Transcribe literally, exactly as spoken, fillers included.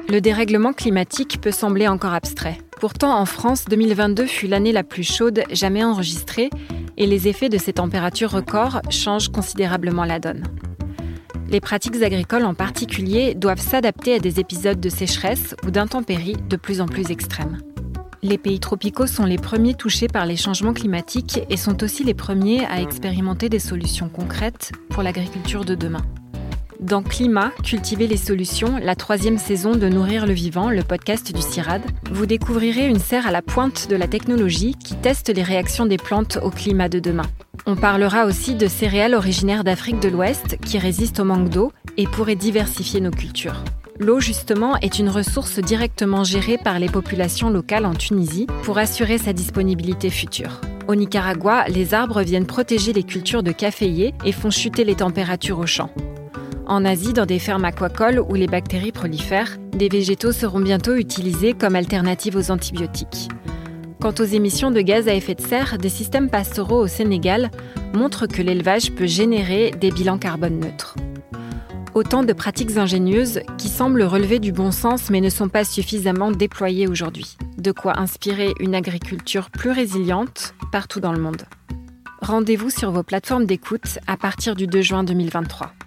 Le dérèglement climatique peut sembler encore abstrait. Pourtant, en France, deux mille vingt-deux fut l'année la plus chaude jamais enregistrée et les effets de ces températures records changent considérablement la donne. Les pratiques agricoles en particulier doivent s'adapter à des épisodes de sécheresse ou d'intempéries de plus en plus extrêmes. Les pays tropicaux sont les premiers touchés par les changements climatiques et sont aussi les premiers à expérimenter des solutions concrètes pour l'agriculture de demain. Dans Climat, cultiver les solutions, la troisième saison de Nourrir le vivant, le podcast du CIRAD, vous découvrirez une serre à la pointe de la technologie qui teste les réactions des plantes au climat de demain. On parlera aussi de céréales originaires d'Afrique de l'Ouest qui résistent au manque d'eau et pourraient diversifier nos cultures. L'eau, justement, est une ressource directement gérée par les populations locales en Tunisie pour assurer sa disponibilité future. Au Nicaragua, les arbres viennent protéger les cultures de caféiers et font chuter les températures aux champs. En Asie, dans des fermes aquacoles où les bactéries prolifèrent, des végétaux seront bientôt utilisés comme alternative aux antibiotiques. Quant aux émissions de gaz à effet de serre, des systèmes pastoraux au Sénégal montrent que l'élevage peut générer des bilans carbone neutres. Autant de pratiques ingénieuses qui semblent relever du bon sens mais ne sont pas suffisamment déployées aujourd'hui. De quoi inspirer une agriculture plus résiliente partout dans le monde. Rendez-vous sur vos plateformes d'écoute à partir du deux juin deux mille vingt-trois.